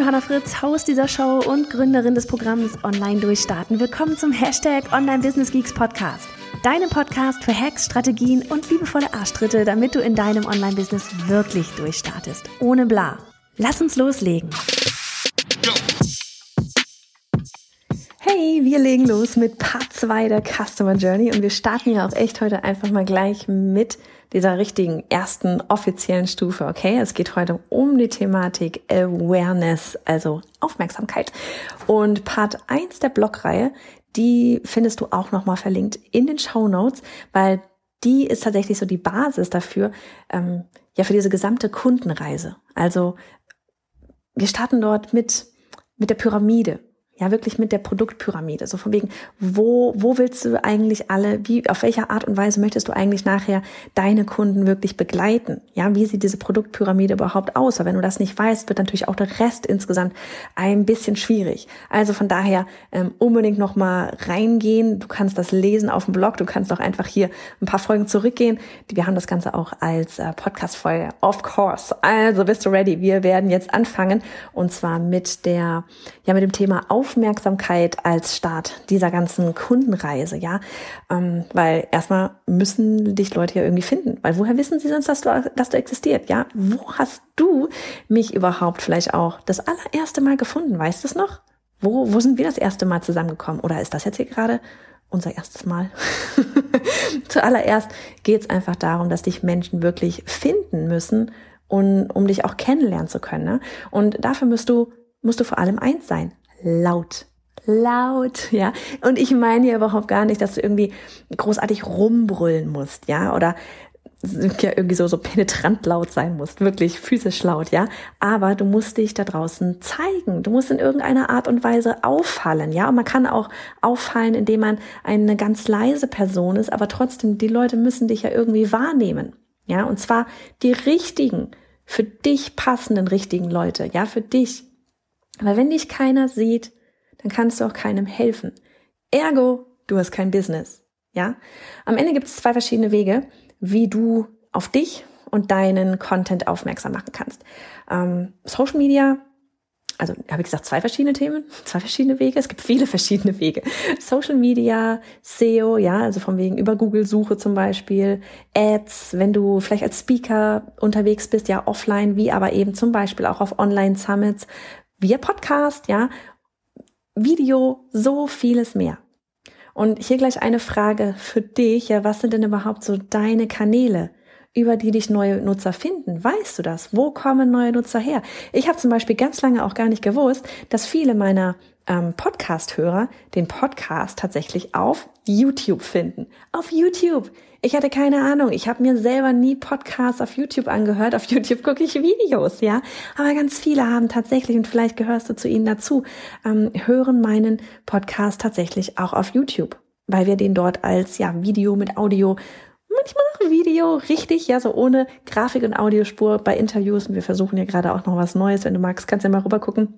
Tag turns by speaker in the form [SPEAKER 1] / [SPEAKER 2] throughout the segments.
[SPEAKER 1] Johanna Fritz, Host dieser Show und Gründerin des Programms Online Durchstarten. Willkommen zum Hashtag Online Business Geeks Podcast. Deinem Podcast für Hacks, Strategien und liebevolle Arschtritte, damit du in deinem Online-Business wirklich durchstartest. Ohne bla. Lass uns loslegen. Hey, wir legen los mit Part 2 der Customer Journey und wir starten ja auch echt heute einfach mal gleich mit dieser richtigen ersten offiziellen Stufe, okay? Es geht heute um die Thematik Awareness, also Aufmerksamkeit. Und Part 1 der Blogreihe, die findest du auch nochmal verlinkt in den Shownotes, weil die ist tatsächlich so die Basis dafür, für diese gesamte Kundenreise. Also wir starten dort mit der Pyramide. Ja, wirklich mit der Produktpyramide. So von wegen, wo willst du eigentlich auf welcher Art und Weise möchtest du eigentlich nachher deine Kunden wirklich begleiten? Ja, wie sieht diese Produktpyramide überhaupt aus? Aber wenn du das nicht weißt, wird natürlich auch der Rest insgesamt ein bisschen schwierig. Also von daher unbedingt nochmal reingehen. Du kannst das lesen auf dem Blog. Du kannst auch einfach hier ein paar Folgen zurückgehen. Wir haben das Ganze auch als Podcast-Folge. Of course. Also bist du ready? Wir werden jetzt anfangen und zwar mit dem Thema Aufmerksamkeit als Start dieser ganzen Kundenreise, ja, weil erstmal müssen dich Leute ja irgendwie finden, weil woher wissen sie sonst, dass du existiert, ja? Wo hast du mich überhaupt vielleicht auch das allererste Mal gefunden, weißt du es noch? Wo sind wir das erste Mal zusammengekommen? Oder ist das jetzt hier gerade unser erstes Mal? Zuallererst geht es einfach darum, dass dich Menschen wirklich finden müssen, um dich auch kennenlernen zu können, ne? Und dafür musst du vor allem eins sein: laut, ja. Und ich meine hier überhaupt gar nicht, dass du irgendwie großartig rumbrüllen musst, ja, oder ja irgendwie so penetrant laut sein musst, wirklich physisch laut, ja. Aber du musst dich da draußen zeigen. Du musst in irgendeiner Art und Weise auffallen, ja. Und man kann auch auffallen, indem man eine ganz leise Person ist, aber trotzdem, die Leute müssen dich ja irgendwie wahrnehmen, ja. Und zwar die richtigen, für dich passenden richtigen Leute, ja, für dich. Weil wenn dich keiner sieht, dann kannst du auch keinem helfen. Ergo, du hast kein Business, ja? Am Ende gibt es 2 verschiedene Wege, wie du auf dich und deinen Content aufmerksam machen kannst. Social Media, also habe ich gesagt 2 verschiedene Themen, 2 verschiedene Wege. Es gibt viele verschiedene Wege. Social Media, SEO, ja, also von wegen über Google-Suche zum Beispiel, Ads, wenn du vielleicht als Speaker unterwegs bist, ja, offline, wie aber eben zum Beispiel auch auf Online-Summits, via Podcast, ja, Video, so vieles mehr. Und hier gleich eine Frage für dich, ja, was sind denn überhaupt so deine Kanäle, über die dich neue Nutzer finden? Weißt du das? Wo kommen neue Nutzer her? Ich habe zum Beispiel ganz lange auch gar nicht gewusst, dass viele meiner Podcast-Hörer den Podcast tatsächlich auf YouTube finden. Auf YouTube. Ich hatte keine Ahnung. Ich habe mir selber nie Podcasts auf YouTube angehört. Auf YouTube gucke ich Videos, ja. Aber ganz viele haben tatsächlich, und vielleicht gehörst du zu ihnen dazu, hören meinen Podcast tatsächlich auch auf YouTube, weil wir den dort als Video mit Audio, manchmal auch Video, richtig, ja, so ohne Grafik und Audiospur bei Interviews. Und wir versuchen ja gerade auch noch was Neues. Wenn du magst, kannst du ja mal rüber gucken.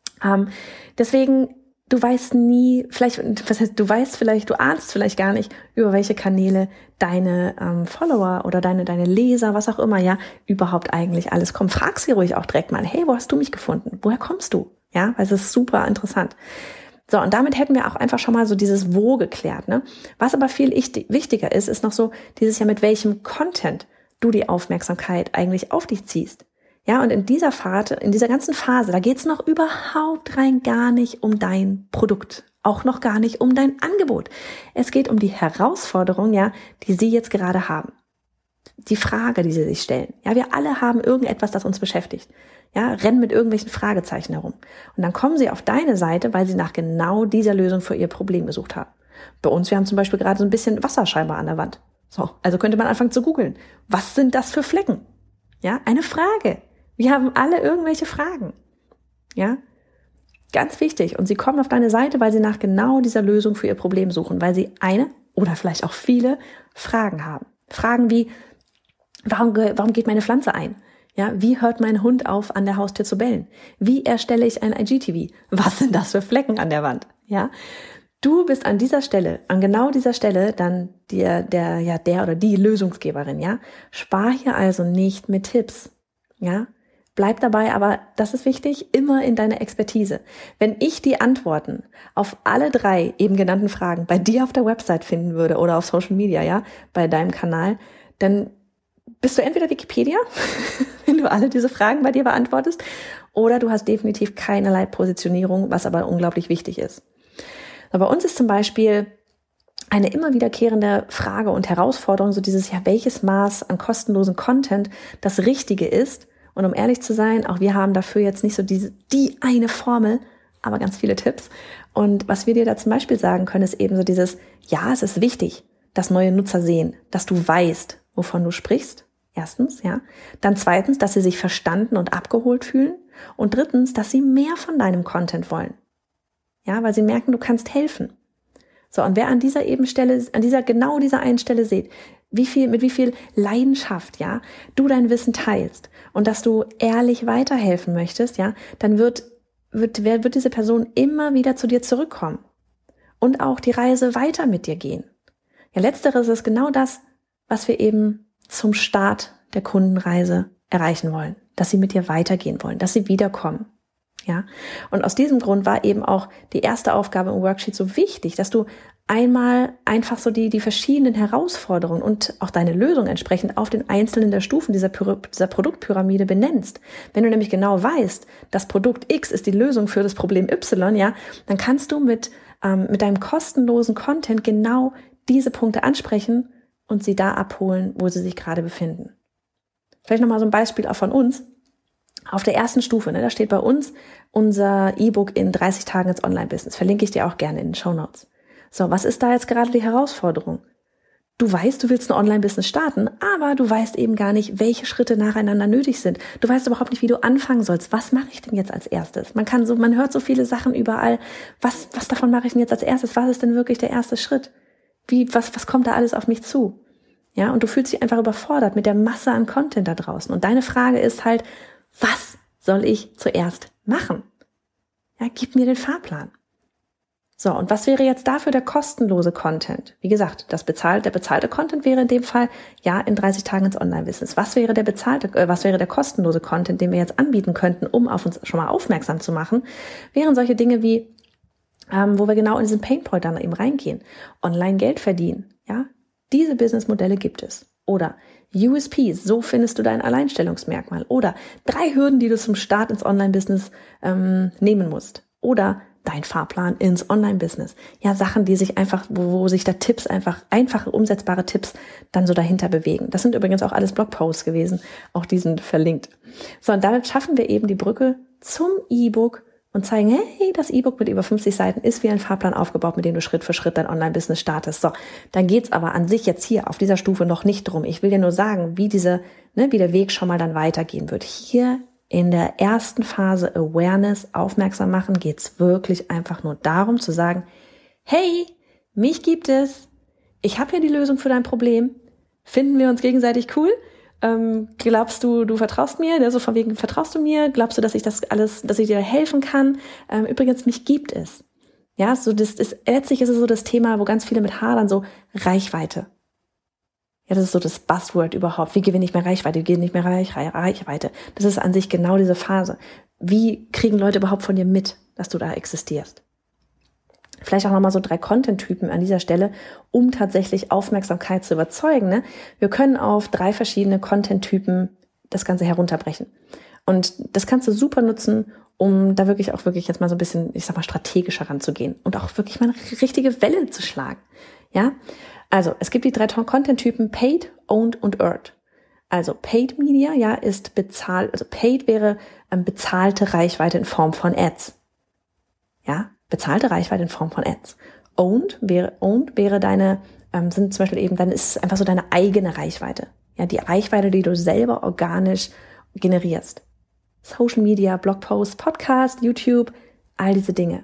[SPEAKER 1] Deswegen, du weißt nie, du ahnst vielleicht gar nicht, über welche Kanäle deine Follower oder deine Leser, was auch immer, ja, überhaupt eigentlich alles kommt. Frag sie ruhig auch direkt mal, hey, wo hast du mich gefunden? Woher kommst du? Ja, weil es ist super interessant. So, und damit hätten wir auch einfach schon mal so dieses Wo geklärt, ne? Was aber viel wichtiger ist noch so dieses mit welchem Content du die Aufmerksamkeit eigentlich auf dich ziehst. Ja, und in dieser ganzen Phase, da geht's noch überhaupt rein gar nicht um dein Produkt, auch noch gar nicht um dein Angebot. Es geht um die Herausforderung, ja, die sie jetzt gerade haben. Die Frage, die sie sich stellen. Ja, wir alle haben irgendetwas, das uns beschäftigt. Ja, rennen mit irgendwelchen Fragezeichen herum. Und dann kommen sie auf deine Seite, weil sie nach genau dieser Lösung für ihr Problem gesucht haben. Bei uns, wir haben zum Beispiel gerade so ein bisschen Wasserscheibe an der Wand. So, also könnte man anfangen zu googeln. Was sind das für Flecken? Ja, eine Frage. Wir haben alle irgendwelche Fragen. Ja, ganz wichtig. Und sie kommen auf deine Seite, weil sie nach genau dieser Lösung für ihr Problem suchen, weil sie eine oder vielleicht auch viele Fragen haben. Fragen wie, warum geht meine Pflanze ein? Ja, wie hört mein Hund auf, an der Haustür zu bellen? Wie erstelle ich ein IGTV? Was sind das für Flecken an der Wand? Ja, du bist an genau dieser Stelle dann der oder die Lösungsgeberin, ja. Spar hier also nicht mit Tipps, ja. Bleib dabei, aber das ist wichtig, immer in deiner Expertise. Wenn ich die Antworten auf alle 3 eben genannten Fragen bei dir auf der Website finden würde oder auf Social Media, ja, bei deinem Kanal, dann bist du entweder Wikipedia, wenn du alle diese Fragen bei dir beantwortest, oder du hast definitiv keinerlei Positionierung, was aber unglaublich wichtig ist. Aber bei uns ist zum Beispiel eine immer wiederkehrende Frage und Herausforderung, so dieses, ja, welches Maß an kostenlosen Content das Richtige ist. Und um ehrlich zu sein, auch wir haben dafür jetzt nicht so die eine Formel, aber ganz viele Tipps. Und was wir dir da zum Beispiel sagen können, ist eben so dieses, ja, es ist wichtig, dass neue Nutzer sehen, dass du weißt, wovon du sprichst. Erstens, ja. Dann zweitens, dass sie sich verstanden und abgeholt fühlen. Und drittens, dass sie mehr von deinem Content wollen. Ja, weil sie merken, du kannst helfen. So, und wer an dieser genau dieser einen Stelle sieht, mit wie viel Leidenschaft, ja, du dein Wissen teilst und dass du ehrlich weiterhelfen möchtest, ja, dann wird diese Person immer wieder zu dir zurückkommen und auch die Reise weiter mit dir gehen. Ja, letzteres ist genau das, was wir eben zum Start der Kundenreise erreichen wollen, dass sie mit dir weitergehen wollen, dass sie wiederkommen. Ja, und aus diesem Grund war eben auch die erste Aufgabe im Worksheet so wichtig, dass du einmal einfach so die verschiedenen Herausforderungen und auch deine Lösung entsprechend auf den einzelnen der Stufen dieser Produktpyramide benennst. Wenn du nämlich genau weißt, das Produkt X ist die Lösung für das Problem Y, ja, dann kannst du mit deinem kostenlosen Content genau diese Punkte ansprechen und sie da abholen, wo sie sich gerade befinden. Vielleicht nochmal so ein Beispiel auch von uns. Auf der ersten Stufe, da steht bei uns unser E-Book in 30 Tagen ins Online-Business. Verlinke ich dir auch gerne in den Shownotes. So, was ist da jetzt gerade die Herausforderung? Du weißt, du willst ein Online-Business starten, aber du weißt eben gar nicht, welche Schritte nacheinander nötig sind. Du weißt überhaupt nicht, wie du anfangen sollst. Was mache ich denn jetzt als erstes? Man hört so viele Sachen überall. Was davon mache ich denn jetzt als erstes? Was ist denn wirklich der erste Schritt? Was kommt da alles auf mich zu? Ja, und du fühlst dich einfach überfordert mit der Masse an Content da draußen. Und deine Frage ist halt, was soll ich zuerst machen? Ja, gib mir den Fahrplan. So, und was wäre jetzt dafür der kostenlose Content? Wie gesagt, der bezahlte Content wäre in dem Fall, ja, in 30 Tagen ins Online-Business. Was wäre der kostenlose Content, den wir jetzt anbieten könnten, um auf uns schon mal aufmerksam zu machen? Wären solche Dinge wie, wo wir genau in diesen Painpoint dann eben reingehen. Online Geld verdienen, ja? Diese Businessmodelle gibt es. Oder USPs, so findest du dein Alleinstellungsmerkmal. Oder 3 Hürden, die du zum Start ins Online-Business nehmen musst. Oder dein Fahrplan ins Online-Business. Ja, Sachen, die sich einfach, wo sich da Tipps einfache, umsetzbare Tipps dann so dahinter bewegen. Das sind übrigens auch alles Blogposts gewesen. Auch die sind verlinkt. So, und damit schaffen wir eben die Brücke zum E-Book und zeigen, hey, das E-Book mit über 50 Seiten ist wie ein Fahrplan aufgebaut, mit dem du Schritt für Schritt dein Online-Business startest. So, dann geht's aber an sich jetzt hier auf dieser Stufe noch nicht drum. Ich will dir nur sagen, wie der Weg schon mal dann weitergehen wird. Hier in der ersten Phase Awareness, aufmerksam machen, geht's wirklich einfach nur darum zu sagen, hey, mich gibt es, ich habe hier die Lösung für dein Problem, finden wir uns gegenseitig cool? Glaubst du vertraust mir? Also von wegen, vertraust du mir? Glaubst du, dass ich dir helfen kann? Übrigens, mich gibt es. Ja, letztlich ist es so das Thema, wo ganz viele mit hadern, so Reichweite. Ja, das ist so das Buzzword überhaupt. Wie gewinne ich mehr Reichweite? Wie gewinne ich mehr Reichweite? Das ist an sich genau diese Phase. Wie kriegen Leute überhaupt von dir mit, dass du da existierst? Vielleicht auch nochmal so 3 Content-Typen an dieser Stelle, um tatsächlich Aufmerksamkeit zu überzeugen. Ne? Wir können auf 3 verschiedene Content-Typen das Ganze herunterbrechen. Und das kannst du super nutzen, um da wirklich jetzt mal so ein bisschen, ich sag mal, strategischer ranzugehen und auch wirklich mal eine richtige Welle zu schlagen. Ja, also es gibt die 3 Content-Typen Paid, Owned und Earned. Also Paid Media, ja, ist bezahlt, also Paid wäre bezahlte Reichweite in Form von Ads. Ja, bezahlte Reichweite in Form von Ads. Owned wäre deine, sind zum Beispiel eben, dann ist es einfach so deine eigene Reichweite. Ja, die Reichweite, die du selber organisch generierst. Social Media, Blogposts, Podcast, YouTube, all diese Dinge.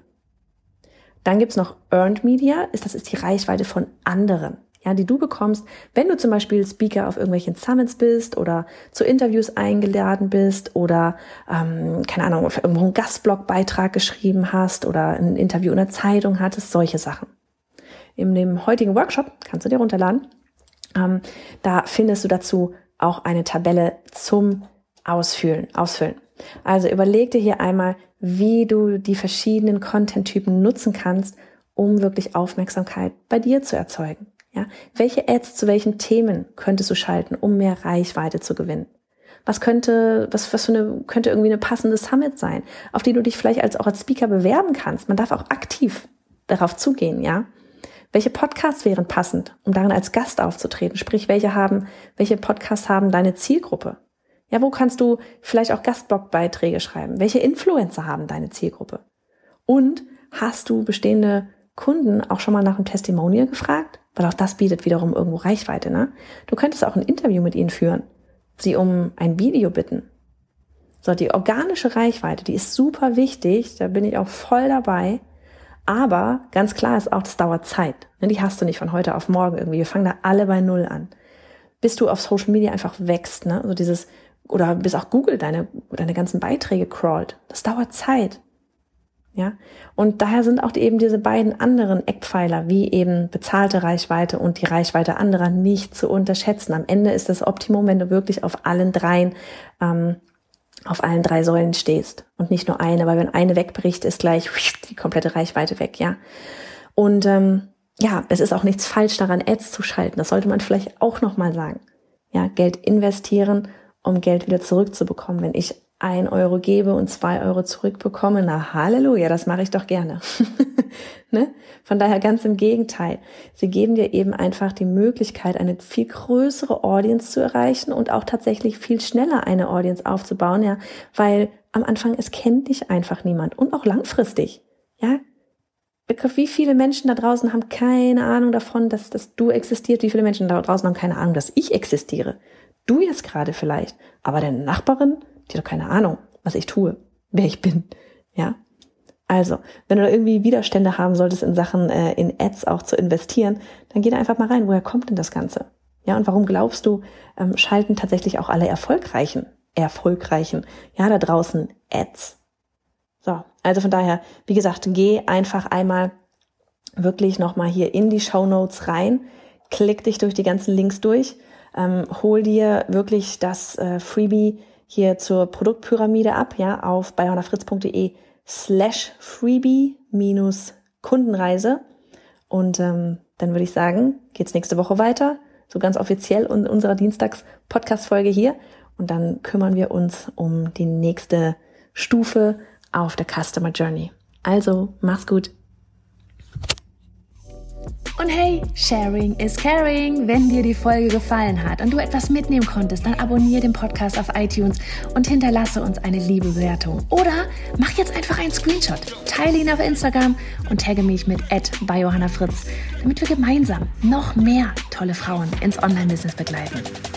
[SPEAKER 1] Dann gibt's noch Earned Media, das ist die Reichweite von anderen, ja, die du bekommst, wenn du zum Beispiel Speaker auf irgendwelchen Summits bist oder zu Interviews eingeladen bist oder, keine Ahnung, auf irgendwo einen Gastblogbeitrag geschrieben hast oder ein Interview in der Zeitung hattest, solche Sachen. In dem heutigen Workshop, kannst du dir runterladen, da findest du dazu auch eine Tabelle zum ausfüllen. Also überleg dir hier einmal, wie du die verschiedenen Content-Typen nutzen kannst, um wirklich Aufmerksamkeit bei dir zu erzeugen. Ja? Welche Ads zu welchen Themen könntest du schalten, um mehr Reichweite zu gewinnen? Was könnte irgendwie eine passende Summit sein, auf die du dich vielleicht auch als Speaker bewerben kannst? Man darf auch aktiv darauf zugehen, ja? Welche Podcasts wären passend, um darin als Gast aufzutreten? Sprich, welche Podcasts haben deine Zielgruppe? Ja, wo kannst du vielleicht auch Gastblogbeiträge schreiben? Welche Influencer haben deine Zielgruppe? Und hast du bestehende Kunden auch schon mal nach einem Testimonial gefragt? Weil auch das bietet wiederum irgendwo Reichweite, ne? Du könntest auch ein Interview mit ihnen führen, sie um ein Video bitten. So, die organische Reichweite, die ist super wichtig, da bin ich auch voll dabei. Aber ganz klar ist auch, das dauert Zeit. Die hast du nicht von heute auf morgen irgendwie. Wir fangen da alle bei Null an. Bis du auf Social Media einfach wächst, ne? Also oder bis auch Google deine ganzen Beiträge crawlt. Das dauert Zeit. Ja? Und daher sind auch eben diese beiden anderen Eckpfeiler, wie eben bezahlte Reichweite und die Reichweite anderer, nicht zu unterschätzen. Am Ende ist das Optimum, wenn du wirklich auf allen drei Säulen stehst und nicht nur eine, weil wenn eine wegbricht, ist gleich die komplette Reichweite weg, ja. Und es ist auch nichts falsch daran, Ads zu schalten. Das sollte man vielleicht auch nochmal sagen. Ja, Geld investieren, um Geld wieder zurückzubekommen. Wenn ich 1 Euro gebe und 2 Euro zurückbekomme, na Halleluja, das mache ich doch gerne. Ne? Von daher ganz im Gegenteil. Sie geben dir eben einfach die Möglichkeit, eine viel größere Audience zu erreichen und auch tatsächlich viel schneller eine Audience aufzubauen, ja, weil am Anfang es kennt dich einfach niemand und auch langfristig, ja. Wie viele Menschen da draußen haben keine Ahnung davon, dass du existierst? Wie viele Menschen da draußen haben keine Ahnung, dass ich existiere? Du jetzt gerade vielleicht, aber deine Nachbarin, die hat doch keine Ahnung, was ich tue, wer ich bin, ja. Also, wenn du da irgendwie Widerstände haben solltest in Sachen in Ads auch zu investieren, dann geh da einfach mal rein. Woher kommt denn das Ganze? Ja, und warum glaubst du, schalten tatsächlich auch alle Erfolgreichen, ja, da draußen Ads? So, also von daher, wie gesagt, geh einfach einmal wirklich nochmal hier in die Shownotes rein, klick dich durch die ganzen Links durch, hol dir wirklich das Freebie hier zur Produktpyramide ab, ja, auf bayhannafritz.de/freebie-Kundenreise. Und dann würde ich sagen, geht's nächste Woche weiter, so ganz offiziell in unserer Dienstags-Podcast-Folge hier. Und dann kümmern wir uns um die nächste Stufe auf der Customer Journey. Also, mach's gut.
[SPEAKER 2] Und hey, Sharing is Caring. Wenn dir die Folge gefallen hat und du etwas mitnehmen konntest, dann abonniere den Podcast auf iTunes und hinterlasse uns eine liebe Bewertung. Oder mach jetzt einfach einen Screenshot, teile ihn auf Instagram und tagge mich mit @byjohannafritz, damit wir gemeinsam noch mehr tolle Frauen ins Online-Business begleiten.